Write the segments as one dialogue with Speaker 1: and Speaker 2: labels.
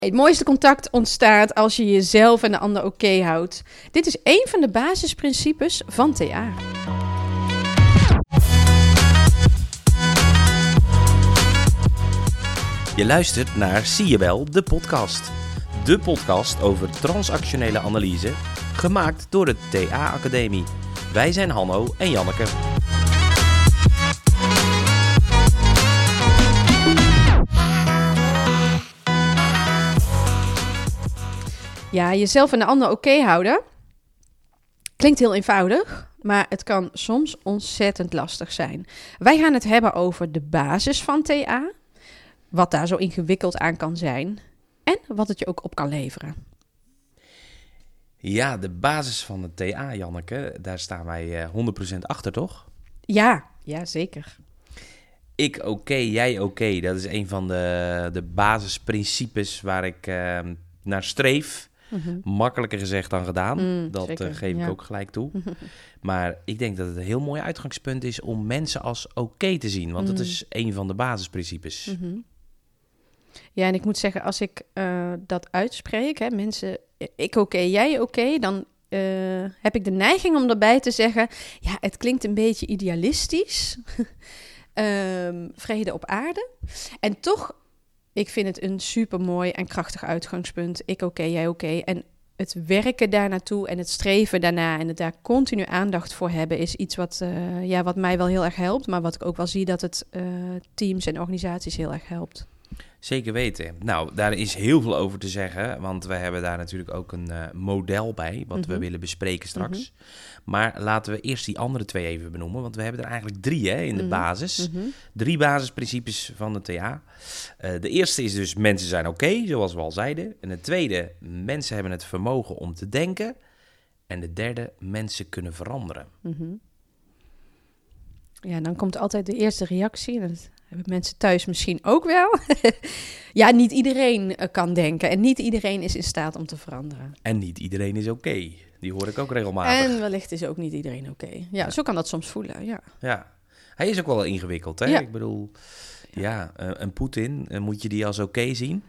Speaker 1: Het mooiste contact ontstaat als je jezelf en de ander oké houdt. Dit is één van de basisprincipes van TA.
Speaker 2: Je luistert naar Zie je wel, de podcast. De podcast over transactionele analyse, gemaakt door de TA Academie. Wij zijn Hanno en Janneke.
Speaker 1: Ja, jezelf en de ander oké houden klinkt heel eenvoudig, maar het kan soms ontzettend lastig zijn. Wij gaan het hebben over de basis van TA, wat daar zo ingewikkeld aan kan zijn en wat het je ook op kan leveren.
Speaker 2: Ja, de basis van de TA, Janneke, daar staan wij 100% achter, toch?
Speaker 1: Ja, zeker.
Speaker 2: Ik oké, jij oké. Dat is een van de basisprincipes waar ik naar streef. Makkelijker gezegd dan gedaan. Dat
Speaker 1: zeker,
Speaker 2: geef ik ook gelijk toe. Maar ik denk dat het een heel mooi uitgangspunt is om mensen als oké te zien. Want dat is een van de basisprincipes.
Speaker 1: Ja, en ik moet zeggen, als ik dat uitspreek, hè, mensen, ik oké, jij oké, dan heb ik de neiging om erbij te zeggen, ja, het klinkt een beetje idealistisch. Vrede op aarde. En toch, ik vind het een supermooi en krachtig uitgangspunt. Ik oké, jij oké. En het werken daar naartoe en het streven daarna en het daar continu aandacht voor hebben is iets wat mij wel heel erg helpt. Maar wat ik ook wel zie dat het teams en organisaties heel erg helpt.
Speaker 2: Zeker weten. Nou, daar is heel veel over te zeggen, want we hebben daar natuurlijk ook een model bij, wat we willen bespreken straks. Maar laten we eerst die andere twee even benoemen, want we hebben er eigenlijk 3 in de basis. 3 basisprincipes van de TA. De eerste is dus mensen zijn oké, zoals we al zeiden. En de tweede, mensen hebben het vermogen om te denken. En de derde, mensen kunnen veranderen.
Speaker 1: Ja, dan komt altijd de eerste reactie. En dat hebben mensen thuis misschien ook wel. Ja, niet iedereen kan denken. En niet iedereen is in staat om te veranderen.
Speaker 2: En niet iedereen is oké. Die hoor ik ook regelmatig.
Speaker 1: En wellicht is ook niet iedereen oké. Ja, zo kan dat soms voelen, ja.
Speaker 2: Ja, hij is ook wel ingewikkeld, hè?
Speaker 1: Ja.
Speaker 2: Ik bedoel, een Poetin, moet je die als oké zien?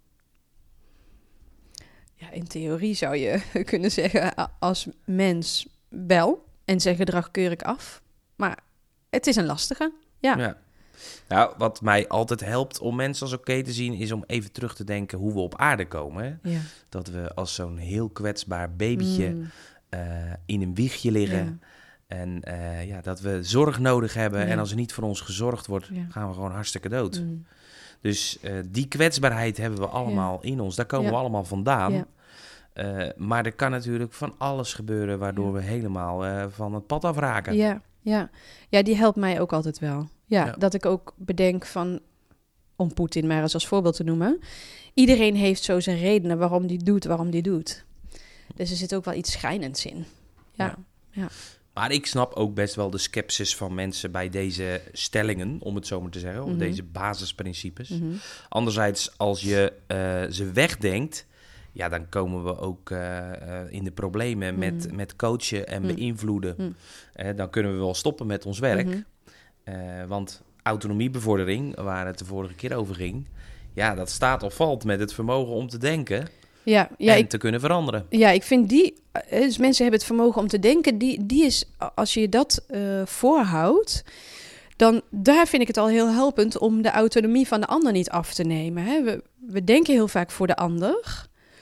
Speaker 1: Ja, in theorie zou je kunnen zeggen als mens wel. En zijn gedrag keur ik af. Maar het is een lastige, ja.
Speaker 2: Nou, wat mij altijd helpt om mensen als oké te zien, is om even terug te denken hoe we op aarde komen. Hè?
Speaker 1: Ja.
Speaker 2: Dat we als zo'n heel kwetsbaar babytje in een wiegje liggen. Ja. En dat we zorg nodig hebben. Ja. En als er niet voor ons gezorgd wordt, gaan we gewoon hartstikke dood. Dus die kwetsbaarheid hebben we allemaal in ons. Daar komen we allemaal vandaan. Ja. Maar er kan natuurlijk van alles gebeuren waardoor we helemaal van het pad afraken.
Speaker 1: Ja, die helpt mij ook altijd wel. Ja, dat ik ook bedenk van, om Poetin maar eens als voorbeeld te noemen. Iedereen heeft zo zijn redenen waarom die doet. Dus er zit ook wel iets schijnends in. Ja.
Speaker 2: Maar ik snap ook best wel de scepsis van mensen bij deze stellingen, om het zo maar te zeggen. Of deze basisprincipes. Anderzijds, als je ze wegdenkt, ja, dan komen we ook in de problemen met coachen en beïnvloeden. Dan kunnen we wel stoppen met ons werk. Want autonomiebevordering, waar het de vorige keer over ging, ja, dat staat of valt met het vermogen om te denken en te kunnen veranderen. Ja,
Speaker 1: ik vind dus mensen hebben het vermogen om te denken, die is, als je dat voorhoudt, dan daar vind ik het al heel helpend om de autonomie van de ander niet af te nemen. Hè? We denken heel vaak voor de ander.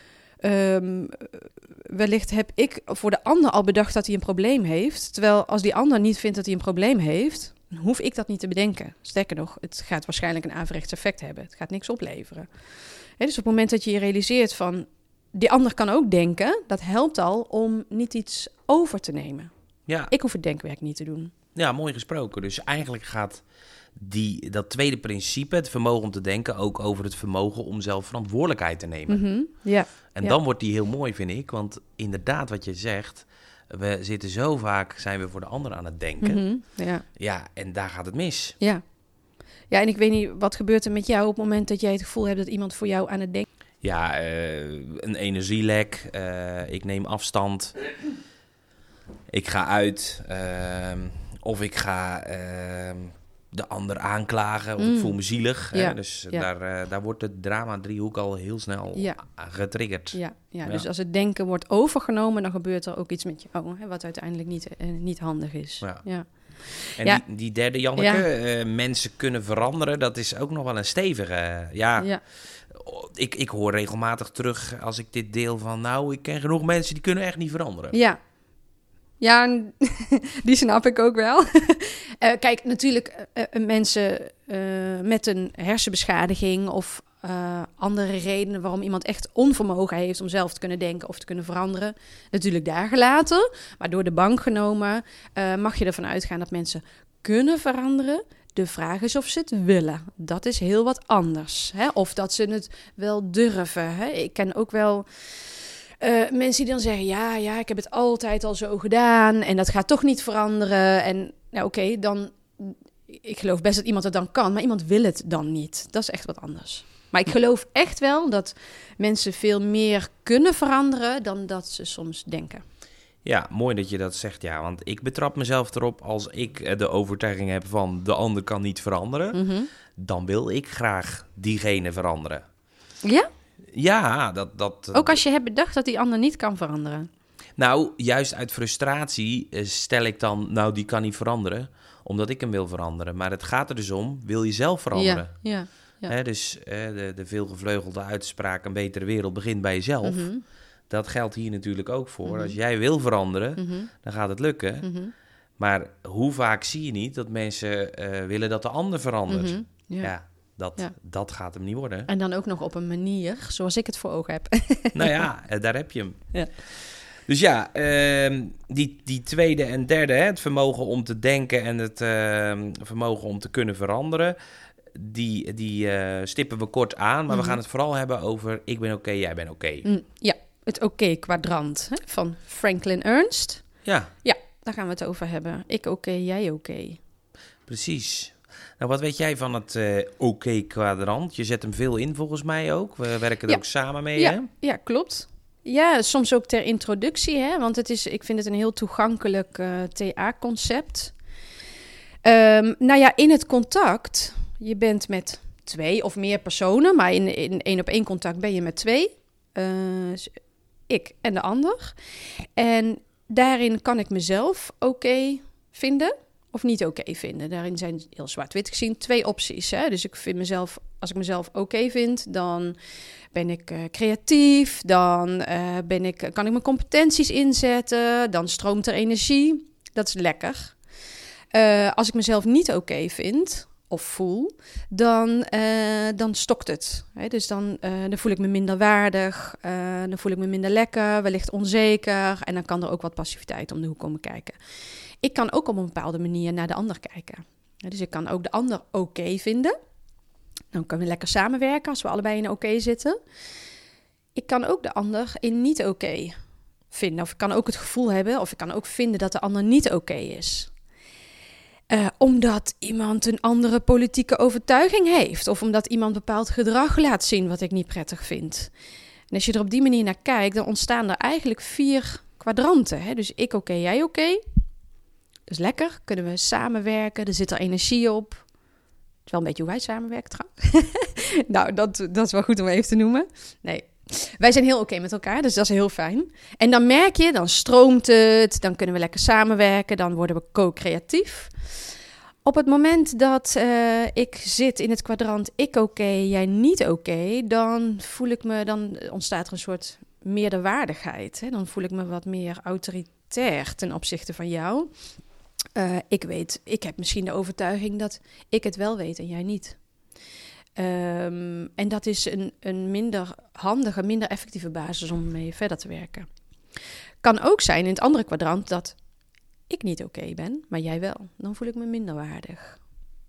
Speaker 1: Wellicht heb ik voor de ander al bedacht dat hij een probleem heeft. Terwijl als die ander niet vindt dat hij een probleem heeft, dan hoef ik dat niet te bedenken. Sterker nog, het gaat waarschijnlijk een averechts effect hebben. Het gaat niks opleveren. Dus op het moment dat je je realiseert van, die ander kan ook denken, dat helpt al om niet iets over te nemen. Ja. Ik hoef het denkwerk niet te doen.
Speaker 2: Ja, mooi gesproken. Dus eigenlijk gaat dat tweede principe, het vermogen om te denken, ook over het vermogen om zelf verantwoordelijkheid te nemen. En dan wordt die heel mooi, vind ik. Want inderdaad, wat je zegt, we zitten zo vaak, zijn we voor de ander aan het denken. Ja, en daar gaat het mis.
Speaker 1: Ja, en ik weet niet, wat gebeurt er met jou op het moment dat jij het gevoel hebt dat iemand voor jou aan het denken is?
Speaker 2: Ja, een energielek, ik neem afstand, ik ga uit, of ik ga de ander aanklagen of ik voel me zielig.
Speaker 1: Ja.
Speaker 2: Hè? Dus daar wordt het drama-driehoek al heel snel getriggerd.
Speaker 1: Ja, dus als het denken wordt overgenomen, dan gebeurt er ook iets met jou, hè, wat uiteindelijk niet handig is. Ja.
Speaker 2: En die derde, Janneke, mensen kunnen veranderen, dat is ook nog wel een stevige. Ik hoor regelmatig terug als ik dit deel van, ik ken genoeg mensen die kunnen echt niet veranderen.
Speaker 1: Ja, die snap ik ook wel. Kijk, natuurlijk mensen met een hersenbeschadiging of andere redenen waarom iemand echt onvermogen heeft om zelf te kunnen denken of te kunnen veranderen, natuurlijk daar gelaten. Maar door de bank genomen mag je ervan uitgaan dat mensen kunnen veranderen. De vraag is of ze het willen. Dat is heel wat anders. Hè? Of dat ze het wel durven. Hè? Ik ken ook wel mensen die dan zeggen, ja, ik heb het altijd al zo gedaan en dat gaat toch niet veranderen. En oké, dan, ik geloof best dat iemand het dan kan, maar iemand wil het dan niet. Dat is echt wat anders. Maar ik geloof echt wel dat mensen veel meer kunnen veranderen dan dat ze soms denken.
Speaker 2: Ja, mooi dat je dat zegt, want ik betrap mezelf erop als ik de overtuiging heb van de ander kan niet veranderen, dan wil ik graag diegene veranderen.
Speaker 1: Ja?
Speaker 2: Ja, dat...
Speaker 1: Ook als je hebt bedacht dat die ander niet kan veranderen?
Speaker 2: Nou, juist uit frustratie stel ik dan, die kan niet veranderen, omdat ik hem wil veranderen. Maar het gaat er dus om, wil je zelf veranderen?
Speaker 1: Ja.
Speaker 2: Dus de veelgevleugelde uitspraak, een betere wereld begint bij jezelf. Dat geldt hier natuurlijk ook voor. Als jij wil veranderen, dan gaat het lukken. Maar hoe vaak zie je niet dat mensen willen dat de ander verandert? Dat gaat hem niet worden.
Speaker 1: En dan ook nog op een manier zoals ik het voor ogen heb.
Speaker 2: Daar heb je hem. Ja. Dus die tweede en derde, het vermogen om te denken en het vermogen om te kunnen veranderen, die stippen we kort aan. Maar we gaan het vooral hebben over ik ben oké, jij bent oké.
Speaker 1: Het oké-kwadrant van Franklin Ernst.
Speaker 2: Ja,
Speaker 1: daar gaan we het over hebben. Ik oké, jij oké.
Speaker 2: Precies. Nou, wat weet jij van het oké-kwadrant? Je zet hem veel in volgens mij ook. We werken er ook samen mee, hè?
Speaker 1: Ja, klopt. Ja, soms ook ter introductie, hè? Want ik vind het een heel toegankelijk TA-concept. In het contact, je bent met 2 of meer personen, maar in 1-op-1 contact ben je met 2. Ik en de ander. En daarin kan ik mezelf oké vinden of niet oké vinden. Daarin zijn heel zwart-wit gezien 2 opties. Hè? Dus als ik mezelf oké vind, dan ben ik creatief, dan kan ik mijn competenties inzetten, dan stroomt er energie. Dat is lekker. Als ik mezelf niet oké vind of voel, dan stokt het. Hè? Dus dan voel ik me minder waardig, dan voel ik me minder lekker, wellicht onzeker. En dan kan er ook wat passiviteit om de hoek komen kijken. Ik kan ook op een bepaalde manier naar de ander kijken. Dus ik kan ook de ander oké vinden. Dan kunnen we lekker samenwerken als we allebei in oké zitten. Ik kan ook de ander in niet oké vinden. Of ik kan ook het gevoel hebben, of ik kan ook vinden dat de ander niet oké is. Omdat iemand een andere politieke overtuiging heeft. Of omdat iemand bepaald gedrag laat zien wat ik niet prettig vind. En als je er op die manier naar kijkt, dan ontstaan er eigenlijk 4 kwadranten. Hè? Dus ik oké, jij oké. Dus lekker, kunnen we samenwerken, er zit er energie op. Het is wel een beetje hoe wij samenwerken trouwens. Nou, dat is wel goed om even te noemen. Nee, wij zijn heel oké met elkaar, dus dat is heel fijn. En dan merk je, dan stroomt het, dan kunnen we lekker samenwerken, dan worden we co-creatief. Op het moment dat ik zit in het kwadrant ik oké, jij niet oké, dan ontstaat er een soort meerderwaardigheid. Hè? Dan voel ik me wat meer autoritair ten opzichte van jou. Ik heb misschien de overtuiging dat ik het wel weet en jij niet. En dat is een minder handige, minder effectieve basis om mee verder te werken. Kan ook zijn in het andere kwadrant dat ik niet oké ben, maar jij wel. Dan voel ik me minder waardig.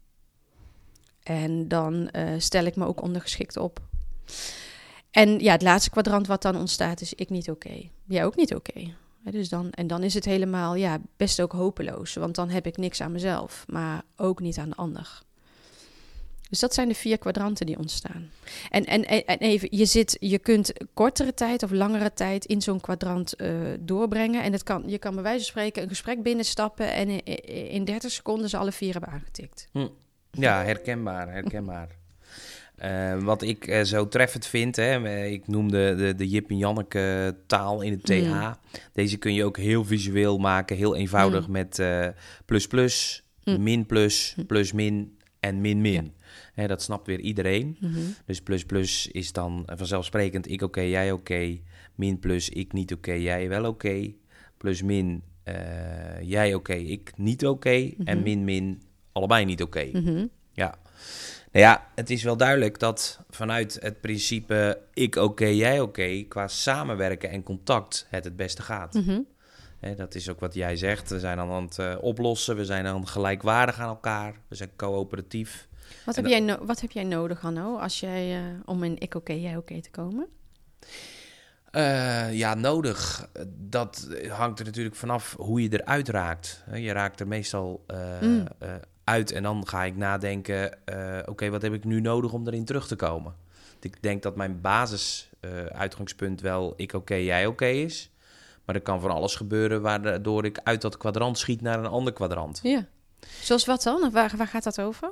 Speaker 1: En dan stel ik me ook ondergeschikt op. En het laatste kwadrant wat dan ontstaat is ik niet oké. Jij ook niet oké. Dus dan is het helemaal best ook hopeloos. Want dan heb ik niks aan mezelf, maar ook niet aan de ander. Dus dat zijn de 4 kwadranten die ontstaan. En even, je kunt kortere tijd of langere tijd in zo'n kwadrant doorbrengen. En je kan bij wijze van spreken een gesprek binnenstappen en in 30 seconden ze alle 4 hebben aangetikt.
Speaker 2: Ja, herkenbaar. Wat ik zo treffend vind, hè, ik noemde de Jip en Janneke taal in het TH. Deze kun je ook heel visueel maken, heel eenvoudig met plus plus, min plus, plus min en min min. Ja. Hè, dat snapt weer iedereen. Dus plus plus is dan vanzelfsprekend ik oké, jij oké. Min plus ik niet oké, jij wel oké. Plus min jij oké, ik niet oké. En min min allebei niet oké. Ja. Nou ja, het is wel duidelijk dat vanuit het principe ik oké, jij oké, qua samenwerken en contact het beste gaat. Dat is ook wat jij zegt. We zijn dan aan het oplossen, we zijn dan gelijkwaardig aan elkaar, we zijn coöperatief.
Speaker 1: Wat heb jij nodig, Hanno, om in ik oké, jij oké te komen?
Speaker 2: Nodig. Dat hangt er natuurlijk vanaf hoe je eruit raakt. Je raakt er meestal uit en dan ga ik nadenken, oké, wat heb ik nu nodig om erin terug te komen? Ik denk dat mijn basis uitgangspunt wel ik oké, jij oké is. Maar er kan van alles gebeuren waardoor ik uit dat kwadrant schiet naar een ander kwadrant.
Speaker 1: Ja. Zoals wat dan? Waar gaat dat over?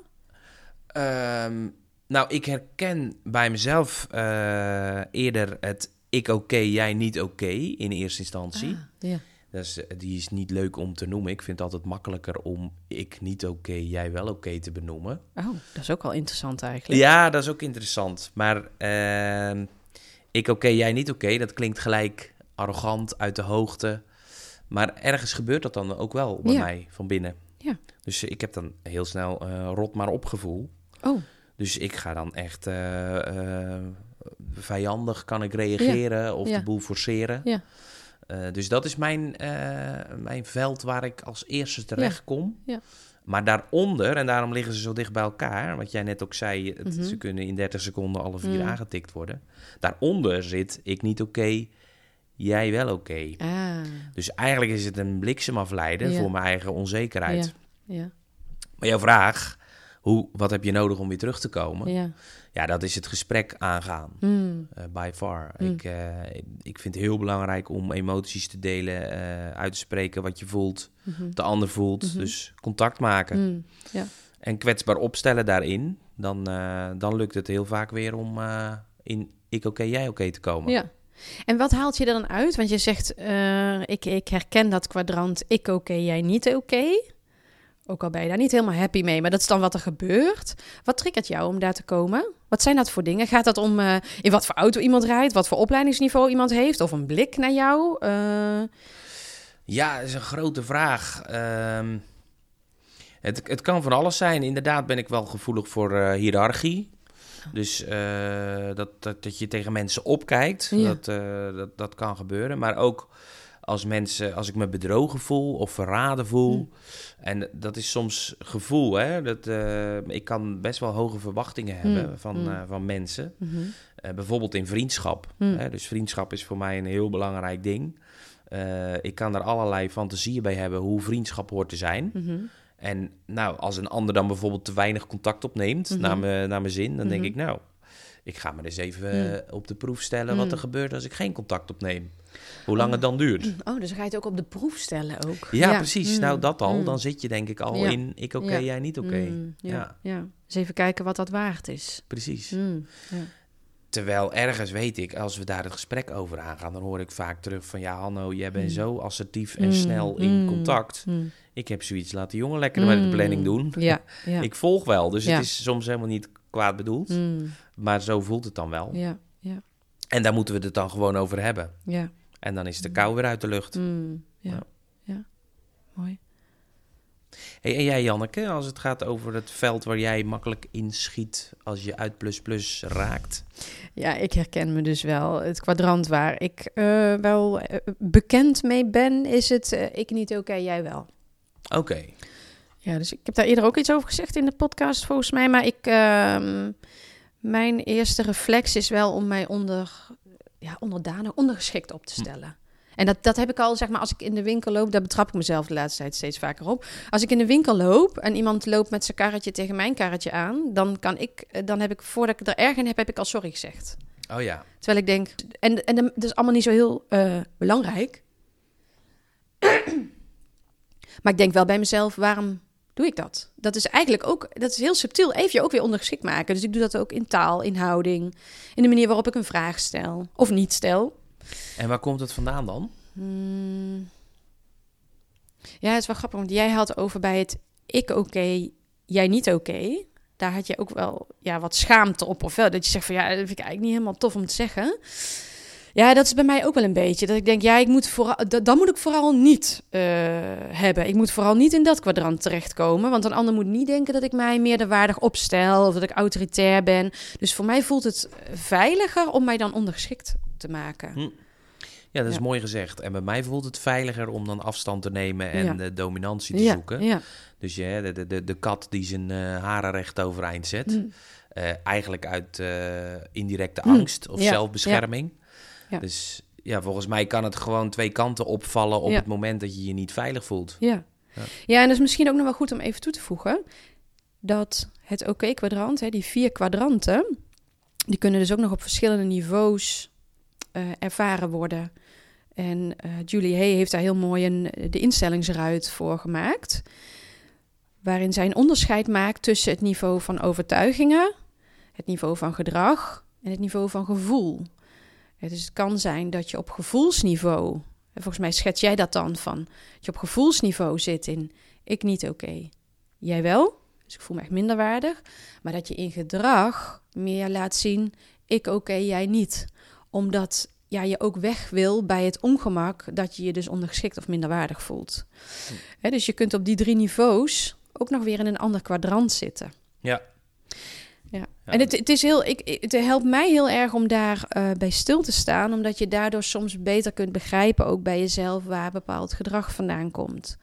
Speaker 2: Ik herken bij mezelf eerder het ik oké, jij niet oké in eerste instantie.
Speaker 1: Ja.
Speaker 2: Die is niet leuk om te noemen. Ik vind het altijd makkelijker om ik niet oké, jij wel oké te benoemen.
Speaker 1: Oh, dat is ook wel interessant eigenlijk.
Speaker 2: Ja, dat is ook interessant. Maar ik oké, jij niet oké, dat klinkt gelijk arrogant, uit de hoogte. Maar ergens gebeurt dat dan ook wel bij mij van binnen. Ja. Dus ik heb dan heel snel rot maar op gevoel. Oh. Dus ik ga dan echt vijandig kan ik reageren of de boel forceren. Ja. Dus dat is mijn veld waar ik als eerste terecht kom. Ja. Maar daaronder, en daarom liggen ze zo dicht bij elkaar, wat jij net ook zei, ze kunnen in 30 seconden alle 4 aangetikt worden. Daaronder zit ik niet oké, jij wel oké. Dus eigenlijk is het een bliksemafleider voor mijn eigen onzekerheid. Ja. Maar jouw vraag, wat heb je nodig om weer terug te komen? Ja, dat is het gesprek aangaan, by far. Ik vind het heel belangrijk om emoties te delen, uit te spreken wat je voelt, de ander voelt. Dus contact maken en kwetsbaar opstellen daarin. Dan lukt het heel vaak weer om in ik oké, jij oké te komen.
Speaker 1: Ja. En wat haalt je er dan uit? Want je zegt, ik herken dat kwadrant ik oké, jij niet oké. Ook al ben je daar niet helemaal happy mee, maar dat is dan wat er gebeurt. Wat triggert jou om daar te komen? Wat zijn dat voor dingen? Gaat dat om in wat voor auto iemand rijdt, wat voor opleidingsniveau iemand heeft, of een blik naar jou?
Speaker 2: Ja, dat is een grote vraag. Het kan van alles zijn. Inderdaad ben ik wel gevoelig voor hiërarchie. Dus dat je tegen mensen opkijkt, dat kan gebeuren. Maar ook als ik me bedrogen voel of verraden voel. En dat is soms gevoel, hè. Ik kan best wel hoge verwachtingen hebben van mensen. Bijvoorbeeld in vriendschap. Hè. Dus vriendschap is voor mij een heel belangrijk ding. Ik kan er allerlei fantasieën bij hebben hoe vriendschap hoort te zijn. En als een ander dan bijvoorbeeld te weinig contact opneemt naar mijn zin, dan denk ik, ik ga me eens even op de proef stellen wat er gebeurt als ik geen contact opneem. Hoe lang het dan duurt.
Speaker 1: Oh, dus ga je het ook op de proef stellen ook.
Speaker 2: Ja, precies. Nou, dat al. Dan zit je denk ik al in ik oké, jij niet oké.
Speaker 1: Ja. Dus even kijken wat dat waard is.
Speaker 2: Precies. Ja. Terwijl ergens weet ik, als we daar het gesprek over aangaan, dan hoor ik vaak terug van, ja Hanno, jij bent zo assertief en snel in contact. Ik heb zoiets, laat de jongen lekker met de planning doen. Ja. Ik volg wel, dus het is soms helemaal niet kwaad bedoeld. Maar zo voelt het dan wel. Ja. En daar moeten we het dan gewoon over hebben. Ja. En dan is de kou weer uit de lucht.
Speaker 1: Ja, mooi.
Speaker 2: Hey, en jij, Janneke, als het gaat over het veld waar jij makkelijk inschiet als je uit plus raakt?
Speaker 1: Ja, ik herken me dus wel. Het kwadrant waar ik wel bekend mee ben, is het ik niet oké, jij wel.
Speaker 2: Oké.
Speaker 1: Ja, dus ik heb daar eerder ook iets over gezegd in de podcast volgens mij. Maar mijn eerste reflex is wel om mij ondergeschikt op te stellen. En dat heb ik al, zeg maar, als ik in de winkel loop, daar betrap ik mezelf de laatste tijd steeds vaker op. Als ik in de winkel loop en iemand loopt met zijn karretje tegen mijn karretje aan, dan heb ik, voordat ik er erg in heb ik al sorry gezegd.
Speaker 2: Oh ja.
Speaker 1: Terwijl ik denk, en dat is allemaal niet zo heel belangrijk. Maar ik denk wel bij mezelf, waarom doe ik dat. Dat is eigenlijk ook, dat is heel subtiel, even je ook weer ondergeschikt maken. Dus ik doe dat ook in taal, in houding, in de manier waarop ik een vraag stel of niet stel.
Speaker 2: En waar komt het vandaan dan?
Speaker 1: Ja, het is wel grappig, want jij had over bij het ik oké, jij niet oké. Daar had je ook wel wat schaamte op. Of wel dat je zegt van dat vind ik eigenlijk niet helemaal tof om te zeggen. Ja, dat is bij mij ook wel een beetje. Dat ik denk, ik moet vooral, dat moet ik vooral niet hebben. Ik moet vooral niet in dat kwadrant terechtkomen. Want een ander moet niet denken dat ik mij meerderwaardig opstel of dat ik autoritair ben. Dus voor mij voelt het veiliger om mij dan ondergeschikt te maken.
Speaker 2: Ja, dat is mooi gezegd. En bij mij voelt het veiliger om dan afstand te nemen en de dominantie te zoeken.
Speaker 1: Ja.
Speaker 2: Dus de kat die zijn haren recht overeind zet. Eigenlijk uit indirecte angst of zelfbescherming. Ja. Dus volgens mij kan het gewoon twee kanten opvallen op het moment dat je je niet veilig voelt.
Speaker 1: Ja, en dat is misschien ook nog wel goed om even toe te voegen. Dat het oké-kwadrant, die 4 kwadranten, die kunnen dus ook nog op verschillende niveaus ervaren worden. En Julie Hay heeft daar heel mooi de instellingsruit voor gemaakt. Waarin zij een onderscheid maakt tussen het niveau van overtuigingen, het niveau van gedrag en het niveau van gevoel. Dus het kan zijn dat je op gevoelsniveau, en volgens mij schets jij dat dan van, dat je op gevoelsniveau zit in ik niet oké, jij wel, dus ik voel me echt minderwaardig, maar dat je in gedrag meer laat zien ik oké, jij niet, omdat je ook weg wil bij het ongemak dat je je dus ondergeschikt of minderwaardig voelt. Dus je kunt op die 3 niveaus ook nog weer in een ander kwadrant zitten.
Speaker 2: Ja.
Speaker 1: En het helpt mij heel erg om daar bij stil te staan, omdat je daardoor soms beter kunt begrijpen, ook bij jezelf, waar bepaald gedrag vandaan komt.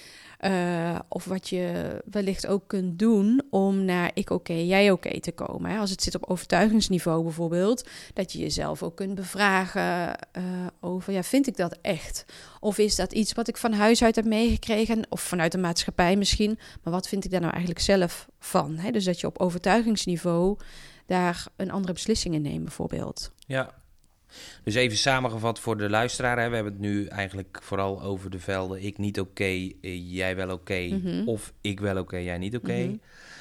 Speaker 1: Of wat je wellicht ook kunt doen om naar ik oké, jij oké te komen. Hè? Als het zit op overtuigingsniveau bijvoorbeeld, dat je jezelf ook kunt bevragen over, vind ik dat echt? Of is dat iets wat ik van huis uit heb meegekregen, of vanuit de maatschappij misschien, maar wat vind ik daar nou eigenlijk zelf van? Hè? Dus dat je op overtuigingsniveau daar een andere beslissing in neemt bijvoorbeeld.
Speaker 2: Ja. Dus even samengevat voor de luisteraar. Hè. We hebben het nu eigenlijk vooral over de velden ik niet oké, jij wel oké. Of ik wel oké, jij niet oké.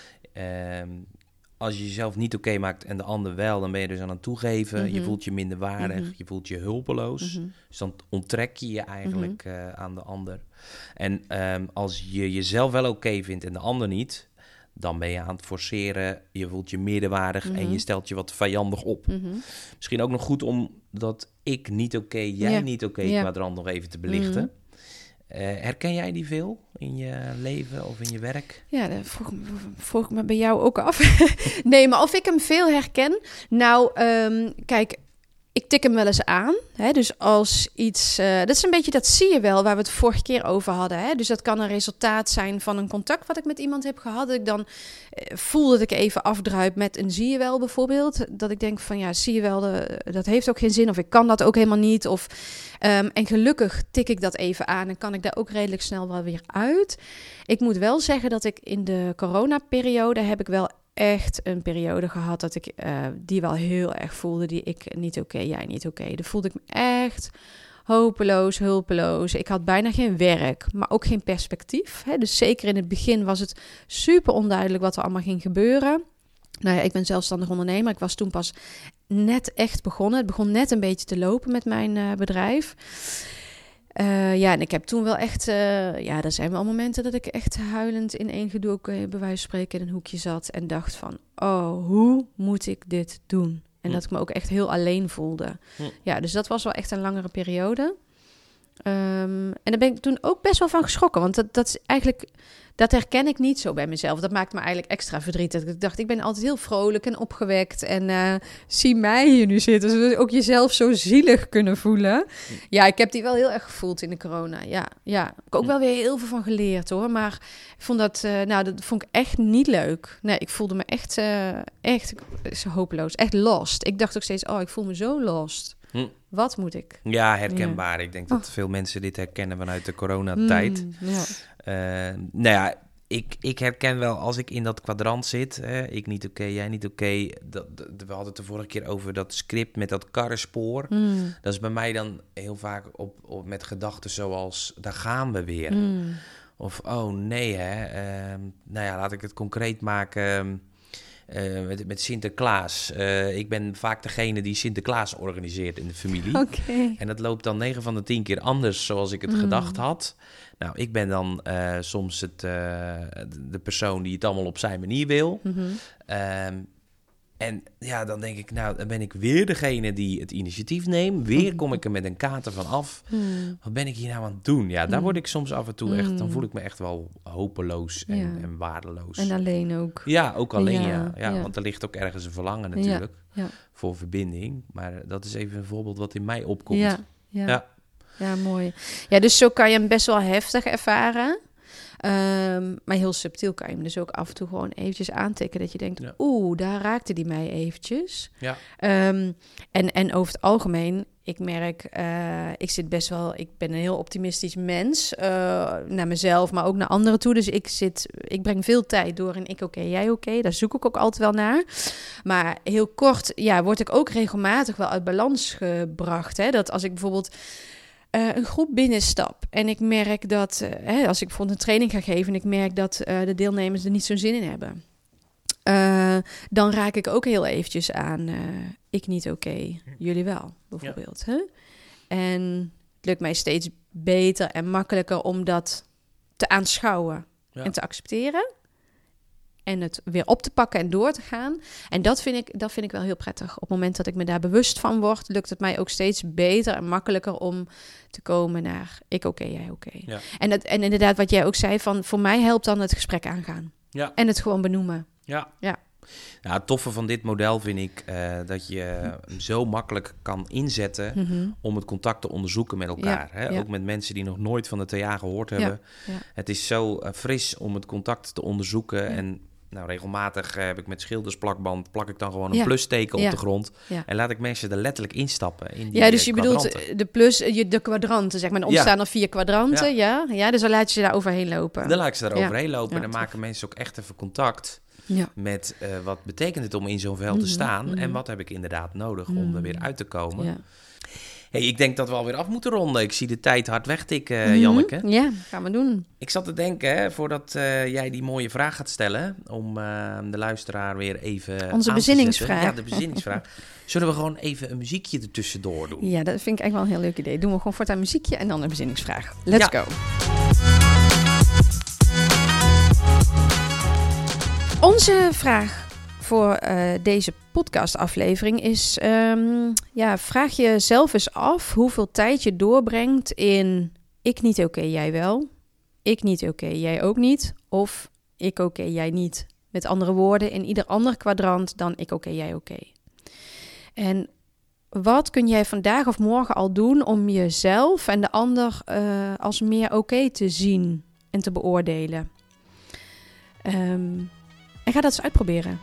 Speaker 2: Als je jezelf niet oké maakt en de ander wel, dan ben je dus aan het toegeven. Je voelt je minderwaardig, je voelt je hulpeloos. Dus dan onttrek je je eigenlijk aan de ander. En als je jezelf wel oké vindt en de ander niet, dan ben je aan het forceren, je voelt je meerderwaardig en je stelt je wat vijandig op. Misschien ook nog goed om dat ik niet oké, jij niet oké kwadrant nog even te belichten. Herken jij die veel in je leven of in je werk?
Speaker 1: Ja, dat vroeg ik me bij jou ook af. Nee, maar of ik hem veel herken? Nou, kijk, ik tik hem wel eens aan. Hè? Dus als iets... dat is een beetje, dat zie je wel, waar we het vorige keer over hadden. Hè? Dus dat kan een resultaat zijn van een contact wat ik met iemand heb gehad. Dat ik dan voel dat ik even afdruip met een zie je wel bijvoorbeeld. Dat ik denk van zie je wel, dat heeft ook geen zin. Of ik kan dat ook helemaal niet. Of, en gelukkig tik ik dat even aan en kan ik daar ook redelijk snel wel weer uit. Ik moet wel zeggen dat ik in de coronaperiode heb ik wel echt een periode gehad dat ik die wel heel erg voelde, die ik niet oké, jij niet oké. Dan voelde ik me echt hopeloos, hulpeloos. Ik had bijna geen werk, maar ook geen perspectief. Hè? Dus zeker in het begin was het super onduidelijk wat er allemaal ging gebeuren. Nou ja, ik ben zelfstandig ondernemer. Ik was toen pas net echt begonnen. Het begon net een beetje te lopen met mijn bedrijf. En ik heb toen wel echt... er zijn wel momenten dat ik echt huilend in één gedoe bij wijze van spreken in een hoekje zat en dacht van, hoe moet ik dit doen? En dat ik me ook echt heel alleen voelde. Ja, dus dat was wel echt een langere periode. En daar ben ik toen ook best wel van geschrokken, want dat is eigenlijk... Dat herken ik niet zo bij mezelf. Dat maakt me eigenlijk extra verdrietig. Ik dacht, ik ben altijd heel vrolijk en opgewekt. En zie mij hier nu zitten. Dus ook jezelf zo zielig kunnen voelen. Ja, ik heb die wel heel erg gevoeld in de corona. Ja. Ik heb ook wel weer heel veel van geleerd hoor. Maar ik vond dat vond ik echt niet leuk. Nee, ik voelde me echt hopeloos. Echt lost. Ik dacht ook steeds, ik voel me zo lost. Wat moet ik?
Speaker 2: Ja, herkenbaar. Ik denk dat veel mensen dit herkennen vanuit de coronatijd. Ik herken wel als ik in dat kwadrant zit. Ik niet oké, jij niet oké. We hadden het de vorige keer over dat script met dat karrenspoor. Dat is bij mij dan heel vaak op met gedachten zoals, daar gaan we weer. Of, oh nee hè, nou ja, laat ik het concreet maken met Sinterklaas. Ik ben vaak degene die Sinterklaas organiseert in de familie.
Speaker 1: Oké.
Speaker 2: En dat loopt dan 9 van de 10 keer anders zoals ik het gedacht had. Nou, ik ben dan soms de persoon die het allemaal op zijn manier wil. En ja, dan denk ik, nou, dan ben ik weer degene die het initiatief neemt. Weer kom ik er met een kater van af. Wat ben ik hier nou aan het doen? Ja, daar word ik soms af en toe echt... Dan voel ik me echt wel hopeloos en waardeloos.
Speaker 1: En alleen ook.
Speaker 2: Ja, ook alleen, ja.
Speaker 1: Ja.
Speaker 2: Want er ligt ook ergens een verlangen natuurlijk voor verbinding. Maar dat is even een voorbeeld wat in mij opkomt.
Speaker 1: Ja, mooi. Ja, dus zo kan je hem best wel heftig ervaren. Maar heel subtiel kan je hem dus ook af en toe gewoon eventjes aantikken. Dat je denkt, daar raakte die mij eventjes.
Speaker 2: Ja.
Speaker 1: En over het algemeen, ik merk, ik ben een heel optimistisch mens. Naar mezelf, maar ook naar anderen toe. Dus ik breng veel tijd door in ik oké, jij oké. Daar zoek ik ook altijd wel naar. Maar heel kort, word ik ook regelmatig wel uit balans gebracht. Hè? Dat als ik bijvoorbeeld... een groep binnenstap en ik merk dat, als ik bijvoorbeeld een training ga geven en ik merk dat de deelnemers er niet zo'n zin in hebben, dan raak ik ook heel eventjes aan, ik niet oké, jullie wel, bijvoorbeeld. Ja. Hè? En het lukt mij steeds beter en makkelijker om dat te aanschouwen en te accepteren. En het weer op te pakken en door te gaan. En dat vind ik wel heel prettig. Op het moment dat ik me daar bewust van word, lukt het mij ook steeds beter en makkelijker om te komen naar ik oké, jij oké. Ja. En inderdaad, wat jij ook zei, van voor mij helpt dan het gesprek aangaan. Ja. En het gewoon benoemen.
Speaker 2: Ja. Nou, het toffe van dit model vind ik dat je hem zo makkelijk kan inzetten om het contact te onderzoeken met elkaar. Ja, hè? Ja. Ook met mensen die nog nooit van de TA gehoord hebben. Ja. Het is zo fris om het contact te onderzoeken. Ja. En nou, regelmatig heb ik met schildersplakband, plak ik dan gewoon een plusteken op de grond. Ja. En laat ik mensen er letterlijk instappen in die
Speaker 1: dus je bedoelt de kwadranten, zeg maar. Er ontstaan er 4 kwadranten, ja. Dus dan laat je ze daar overheen lopen.
Speaker 2: Dan laat ik ze daar overheen lopen en dan maken mensen ook echt even contact met wat betekent het om in zo'n veld te staan en wat heb ik inderdaad nodig om er weer uit te komen. Ja. Hey, ik denk dat we alweer af moeten ronden. Ik zie de tijd hard wegtikken, Janneke.
Speaker 1: Ja, gaan we doen.
Speaker 2: Ik zat te denken, voordat jij die mooie vraag gaat stellen, om de luisteraar weer even
Speaker 1: onze bezinningsvraag.
Speaker 2: Ja, de bezinningsvraag. Zullen we gewoon even een muziekje ertussendoor doen?
Speaker 1: Ja, dat vind ik eigenlijk wel een heel leuk idee. Doen we gewoon voortaan muziekje en dan een bezinningsvraag. Let's go. Onze vraag voor deze podcastaflevering is... vraag je zelf eens af hoeveel tijd je doorbrengt in... ik niet oké, jij wel. Ik niet oké, jij ook niet. Of ik oké, jij niet. Met andere woorden, in ieder ander kwadrant dan ik oké, jij oké. En wat kun jij vandaag of morgen al doen om jezelf en de ander als meer oké te zien en te beoordelen? En ga dat eens uitproberen.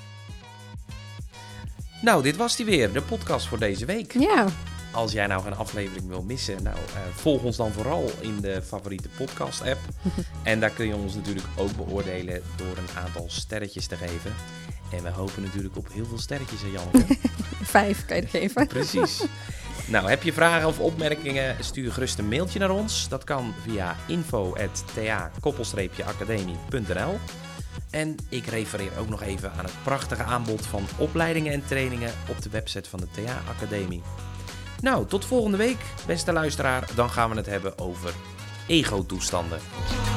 Speaker 2: Nou, dit was die weer, de podcast voor deze week.
Speaker 1: Ja.
Speaker 2: Als jij nou geen aflevering wil missen, volg ons dan vooral in de favoriete podcast-app. En daar kun je ons natuurlijk ook beoordelen door een aantal sterretjes te geven. En we hopen natuurlijk op heel veel sterretjes, hè Janneke?
Speaker 1: 5 kan je er geven.
Speaker 2: Precies. Nou, heb je vragen of opmerkingen, stuur gerust een mailtje naar ons. Dat kan via info@ta-academie.nl. En ik refereer ook nog even aan het prachtige aanbod van opleidingen en trainingen op de website van de TA Academie. Nou, tot volgende week, beste luisteraar. Dan gaan we het hebben over ego-toestanden.